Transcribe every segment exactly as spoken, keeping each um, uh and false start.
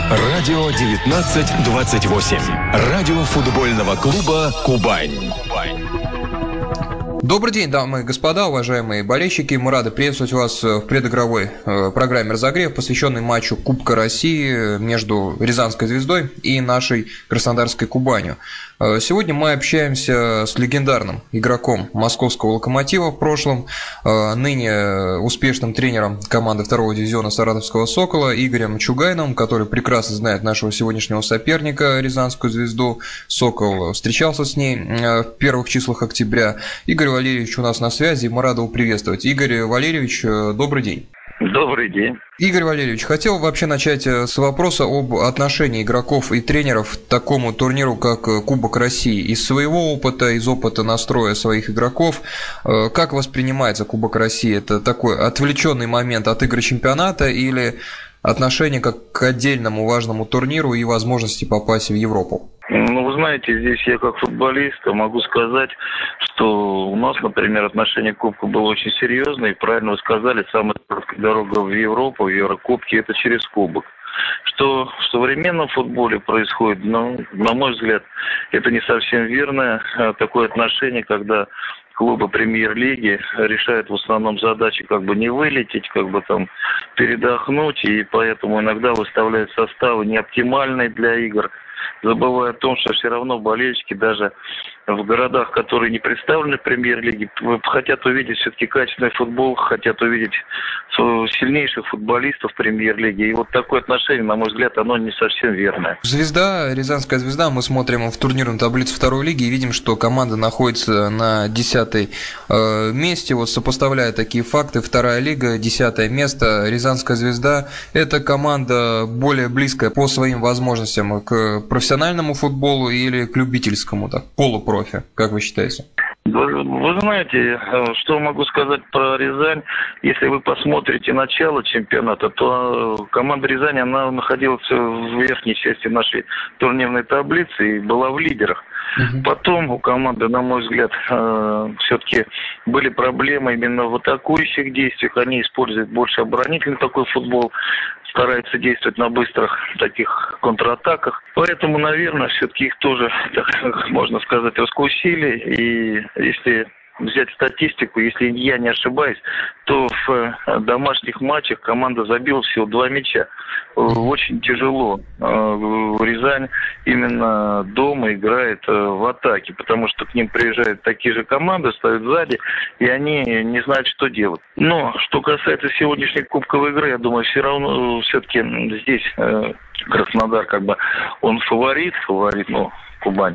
Радио девятнадцать двадцать восемь. Радио футбольного клуба «Кубань». Добрый день, дамы и господа, уважаемые болельщики. Мы рады приветствовать вас в предигровой э, программе «Разогрев», посвященной матчу Кубка России между Рязанской «Звездой» и нашей Краснодарской «Кубанью». Э, сегодня мы общаемся с легендарным игроком московского «Локомотива» в прошлом, э, ныне успешным тренером команды второго дивизиона Саратовского «Сокола» Игорем Чугайновым, который прекрасно знает нашего сегодняшнего соперника Рязанскую «Звезду». «Сокол» встречался с ней э, в первых числах октября. Игорь Валерьевич у нас на связи, мы рады его приветствовать. Игорь Валерьевич, добрый день. Добрый день. Игорь Валерьевич, хотел вообще начать с вопроса об отношении игроков и тренеров к такому турниру, как Кубок России. Из своего опыта, из опыта настроя своих игроков, как воспринимается Кубок России? Это такой отвлеченный момент от игры чемпионата или отношение как к отдельному важному турниру и возможности попасть в Европу? Ну, вы знаете, здесь я как футболист могу сказать, что у нас, например, отношение к Кубку было очень серьезное, и правильно вы сказали, самая короткая дорога в Европу, в Еврокубки, это через Кубок. Что в современном футболе происходит, ну, на мой взгляд, это не совсем верное такое отношение, когда клубы премьер-лиги решают в основном задачи как бы не вылететь, как бы там передохнуть, и поэтому иногда выставляют составы не оптимальные для игр, забывая о том, что все равно болельщики даже в городах, которые не представлены в премьер-лиге, хотят увидеть все-таки качественный футбол, хотят увидеть сильнейших футболистов премьер-лиги. И вот такое отношение, на мой взгляд, оно не совсем верное. Звезда, Рязанская «Звезда», мы смотрим в турнирную таблицу второй лиги и видим, что команда находится на десятой э, месте. Вот сопоставляя такие факты, вторая лига, десятое место. Рязанская «Звезда» – это команда более близкая по своим возможностям к профессиональному футболу или к любительскому, так, полупрофи, как вы считаете? Вы, вы знаете, что могу сказать про Рязань? Если вы посмотрите начало чемпионата, то команда Рязани, она находилась в верхней части нашей турнирной таблицы и была в лидерах. Uh-huh. Потом у команды, на мой взгляд, все-таки были проблемы именно в атакующих действиях. Они используют больше оборонительный такой футбол, стараются действовать на быстрых таких контратаках. Поэтому, наверное, все-таки их тоже, так можно сказать, раскусили. И если взять статистику, если я не ошибаюсь, то в домашних матчах команда забила всего два мяча. Очень тяжело. Рязань именно дома играет в атаке, потому что к ним приезжают такие же команды, стоят сзади, и они не знают, что делать. Но что касается сегодняшней кубковой игры, я думаю, все равно все-таки здесь Краснодар как бы он фаворит, фаворит, ну, Кубань.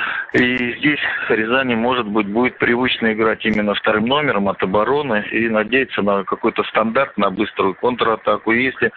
И здесь Рязани, может быть, будет привычно играть именно вторым номером от обороны и надеяться на какой-то стандарт, на быструю контратаку. И если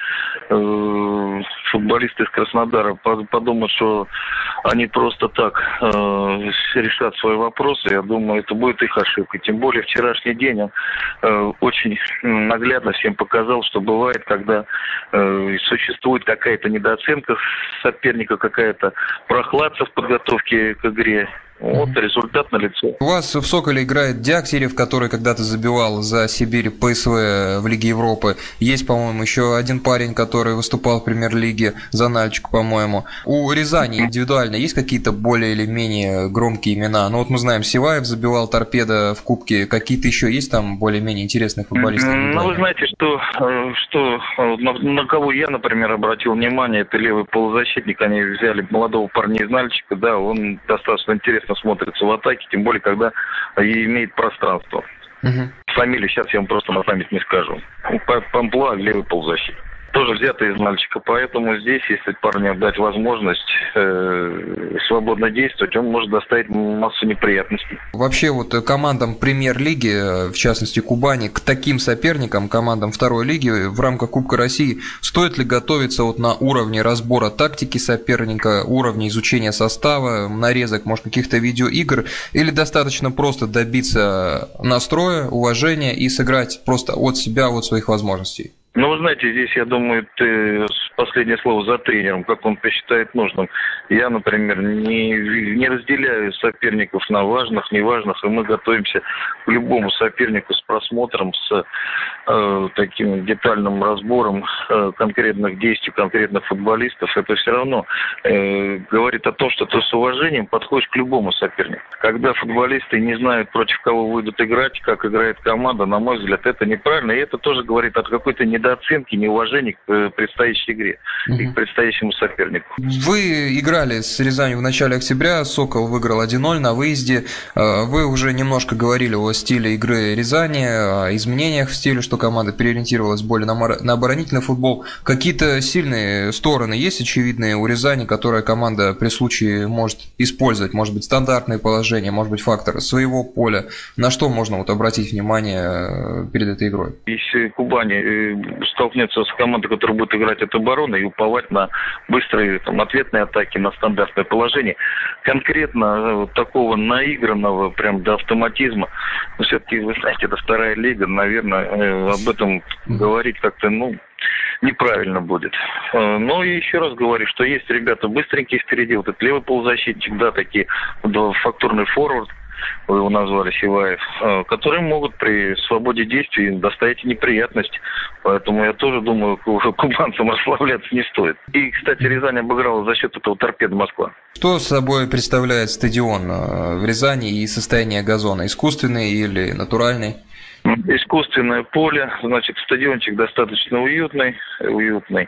э, футболисты из Краснодара подумают, что они просто так э, решат свои вопросы, я думаю, это будет их ошибкой. Тем более вчерашний день он э, очень наглядно всем показал, что бывает, когда э, существует какая-то недооценка соперника, какая-то прохладца в подготовке к игре. Вот результат налицо. У вас в «Соколе» играет Дягтярев, который когда-то забивал за Сибирь ПСВ в Лиге Европы. Есть, по-моему, еще один парень, который выступал в Премьер-лиге, Занальчик, по-моему. У Рязани индивидуально есть какие-то более или менее громкие имена? Ну вот мы знаем, Сиваев забивал «Торпедо» в Кубке. Какие-то еще есть там более-менее интересные футболисты? Ну, вы знаете, что, что на, на кого я, например, обратил внимание, это левый полузащитник. Они взяли молодого парня из Нальчика, да, он достаточно интересно смотрится в атаке, тем более, когда имеет пространство. Uh-huh. Фамилию сейчас я вам просто на память не скажу. Памплуа, левый полузащитник. Тоже взятый из Нальчика, поэтому здесь, если парню дать возможность э, свободно действовать, он может доставить массу неприятностей. Вообще вот командам премьер-лиги, в частности Кубани, к таким соперникам, командам второй лиги в рамках Кубка России, стоит ли готовиться вот на уровне разбора тактики соперника, уровня изучения состава, нарезок, может, каких-то видеоигр, или достаточно просто добиться настроя, уважения и сыграть просто от себя, от своих возможностей? Ну, вы знаете, здесь, я думаю, ты последнее слово за тренером, как он посчитает нужным. Я, например, не, не разделяю соперников на важных, неважных, и мы готовимся к любому сопернику с просмотром, с э, таким детальным разбором э, конкретных действий, конкретных футболистов. Это все равно э, говорит о том, что ты с уважением подходишь к любому сопернику. Когда футболисты не знают, против кого выйдут играть, как играет команда, на мой взгляд, это неправильно. И это тоже говорит о какой-то недооценке, неуважении к предстоящей игре и к предстоящему сопернику. Вы играли с Рязанью в начале октября, «Сокол» выиграл один ноль на выезде. Вы уже немножко говорили о стиле игры Рязани, о изменениях в стиле, что команда переориентировалась более на оборонительный футбол. Какие-то сильные стороны есть очевидные у Рязани, которые команда при случае может использовать? Может быть, стандартные положения, может быть, фактор своего поля. На что можно вот обратить внимание перед этой игрой? Если Кубань столкнется с командой, которая будет играть от обороны, и уповать на быстрые там, ответные атаки, на стандартное положение, конкретно вот такого наигранного прям до автоматизма, но все-таки, вы знаете, это вторая лига, наверное, об этом говорить как-то, ну, неправильно будет. Но и еще раз говорю, что есть ребята быстренькие впереди, вот этот левый полузащитник, да, такие фактурный форвард, вы его назвали, Сиваев, которые могут при свободе действий доставить неприятность. Поэтому я тоже думаю, кубанцам расслабляться не стоит. И, кстати, Рязань обыграла за счет этого «Торпедо Москва». Что собой представляет стадион в Рязани и состояние газона? Искусственный или натуральный? Искусственное поле, значит, стадиончик достаточно уютный, уютный.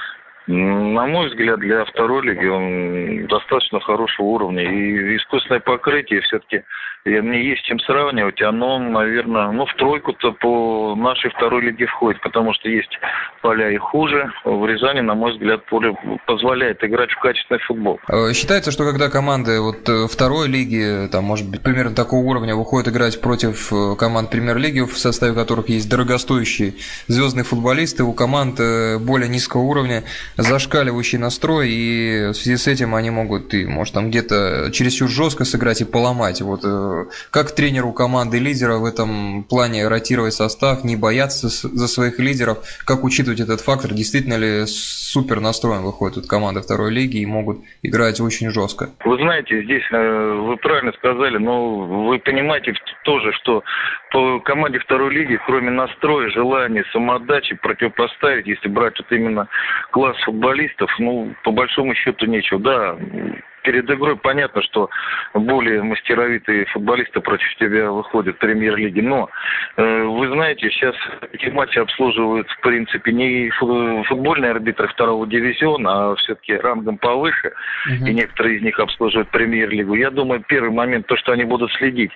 На мой взгляд, для второй лиги он достаточно хорошего уровня. И искусственное покрытие все-таки мне есть чем сравнивать. Оно, наверное, ну, в тройку-то по нашей второй лиге входит, потому что есть поля и хуже. В Рязани, на мой взгляд, поле позволяет играть в качественный футбол. Считается, что когда команды вот второй лиги, там, может быть, примерно такого уровня, выходят играть против команд премьер-лиги, в составе которых есть дорогостоящие звездные футболисты, у команд более низкого уровня зашкаливающий настрой, и в связи с этим они могут и, может, там где-то чересчур жестко сыграть и поломать. Вот как тренеру команды лидера в этом плане ротировать состав, не бояться за своих лидеров, как учитывать этот фактор, действительно ли супер настроем выходит тут команда второй лиги и могут играть очень жестко? Вы знаете, здесь вы правильно сказали, но вы понимаете тоже, что по команде второй лиги, кроме настроя, желания, самоотдачи противопоставить, если брать вот именно класс футболистов, ну, по большому счету нечего. Да, перед игрой понятно, что более мастеровитые футболисты против тебя выходят в премьер-лиге, но э, вы знаете, сейчас эти матчи обслуживают, в принципе, не футбольные арбитры второго дивизиона, а все-таки рангом повыше, uh-huh. и некоторые из них обслуживают премьер-лигу. Я думаю, первый момент, то, что они будут следить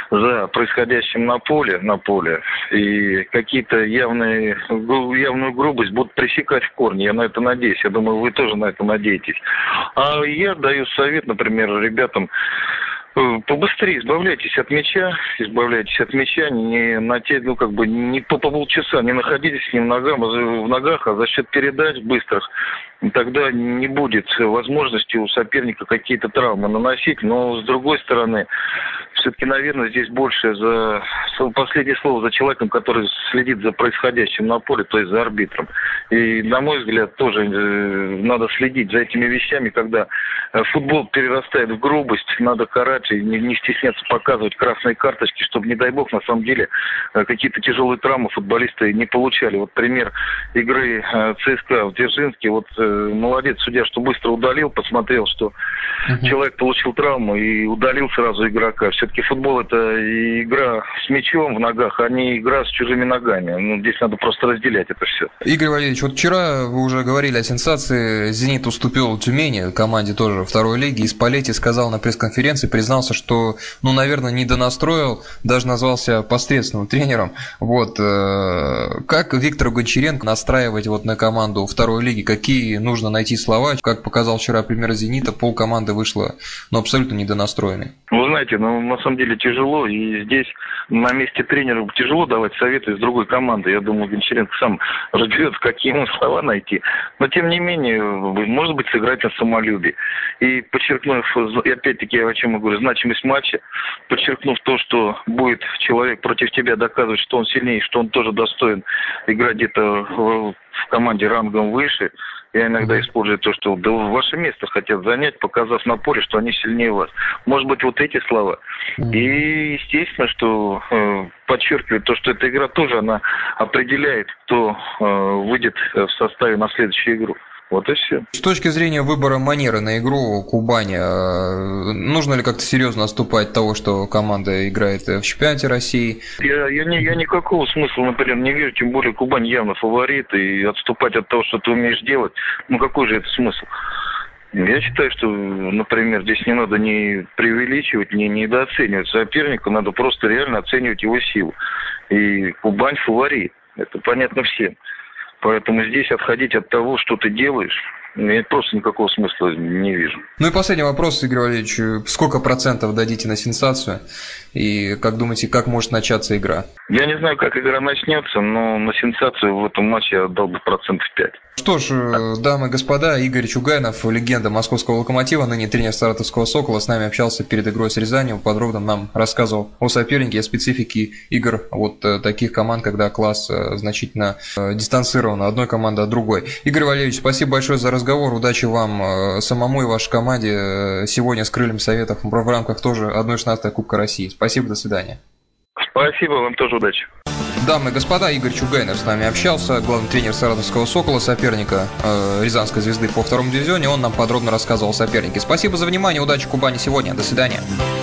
за происходящим на поле, на поле, и какие-то явные, явную грубость будут пресекать в корне. Я на это надеюсь. Я думаю, вы тоже на это надеетесь. А я даю совет, например, ребятам: побыстрее избавляйтесь от мяча, избавляйтесь от мяча, не на те, ну, как бы, не по полчаса, не находитесь с ним в ногах, в ногах, а за счет передач быстрых. Тогда не будет возможности у соперника какие-то травмы наносить. Но, с другой стороны, все-таки, наверное, здесь больше за последнее слово за человеком, который следит за происходящим на поле, то есть за арбитром. И, на мой взгляд, тоже э, надо следить за этими вещами, когда футбол перерастает в грубость, надо карать и не, не стесняться показывать красные карточки, чтобы, не дай бог, на самом деле, какие-то тяжелые травмы футболисты не получали. Вот пример игры ЦСКА в Дзержинске. Вот молодец судья, что быстро удалил, посмотрел, что uh-huh. человек получил травму и удалил сразу игрока. Все-таки футбол — это игра с мячом в ногах, а не игра с чужими ногами. Ну, здесь надо просто разделять это все. Игорь Валерьевич, вот вчера вы уже говорили о сенсации. «Зенит» уступил «Тюмени», команде тоже второй лиги, и Спалетти сказал на пресс-конференции, признался, что, ну, наверное, не донастроил, даже назвался посредственным тренером. Вот. Как Виктору Гончаренко настраивать вот на команду второй лиги? Какие нужно найти слова? Как показал вчера пример «Зенита», полкоманды вышло, ну, абсолютно недонастроенной. Вы знаете, ну, на на самом деле тяжело, и здесь на месте тренера тяжело давать советы из другой команды. Я думаю, Гончаренко сам разберется, какие ему слова найти. Но, тем не менее, может быть, сыграть на самолюбие. И подчеркнув, и опять-таки, о чем я говорю, значимость матча, подчеркнув то, что будет человек против тебя доказывать, что он сильнее, что он тоже достоин играть где-то в, в команде рангом выше. Я иногда использую то, что да, ваше место хотят занять, показав на поле, что они сильнее вас. Может быть, вот эти слова. И, естественно, что э, подчеркивает то, что эта игра тоже, она определяет, кто э, выйдет в составе на следующую игру. Вот и все. С точки зрения выбора манеры на игру Кубани, нужно ли как-то серьезно отступать от того, что команда играет в чемпионате России? Я, я, не, я никакого смысла, например, не вижу, тем более Кубань явно фаворит, и отступать от того, что ты умеешь делать, ну какой же это смысл? Я считаю, что, например, здесь не надо ни преувеличивать, ни недооценивать соперника, надо просто реально оценивать его силу. И Кубань фаворит, это понятно всем. Поэтому здесь отходить от того, что ты делаешь, я просто никакого смысла не вижу. Ну и последний вопрос, Игорь Валерьевич. Сколько процентов дадите на сенсацию? И как думаете, как может начаться игра? Я не знаю, как игра начнется, но на сенсацию в этом матче я отдал бы процентов пять. Что ж, дамы и господа, Игорь Чугайнов, легенда московского «Локомотива», ныне тренер саратовского «Сокола», с нами общался перед игрой с Рязанью, подробно нам рассказывал о сопернике, о специфике игр вот таких команд, когда класс значительно дистанцирован одной команды от другой. Игорь Валерьевич, спасибо большое за разговор, удачи вам самому и вашей команде сегодня с «Крыльями Советов» в рамках тоже одна шестнадцатая Кубка России. Спасибо, до свидания. Спасибо, вам тоже удачи. Дамы и господа, Игорь Чугайнов с нами общался, главный тренер саратовского «Сокола», соперника э, Рязанской «Звезды» по второму дивизиону. Он нам подробно рассказывал о сопернике. Спасибо за внимание, удачи Кубани сегодня, до свидания.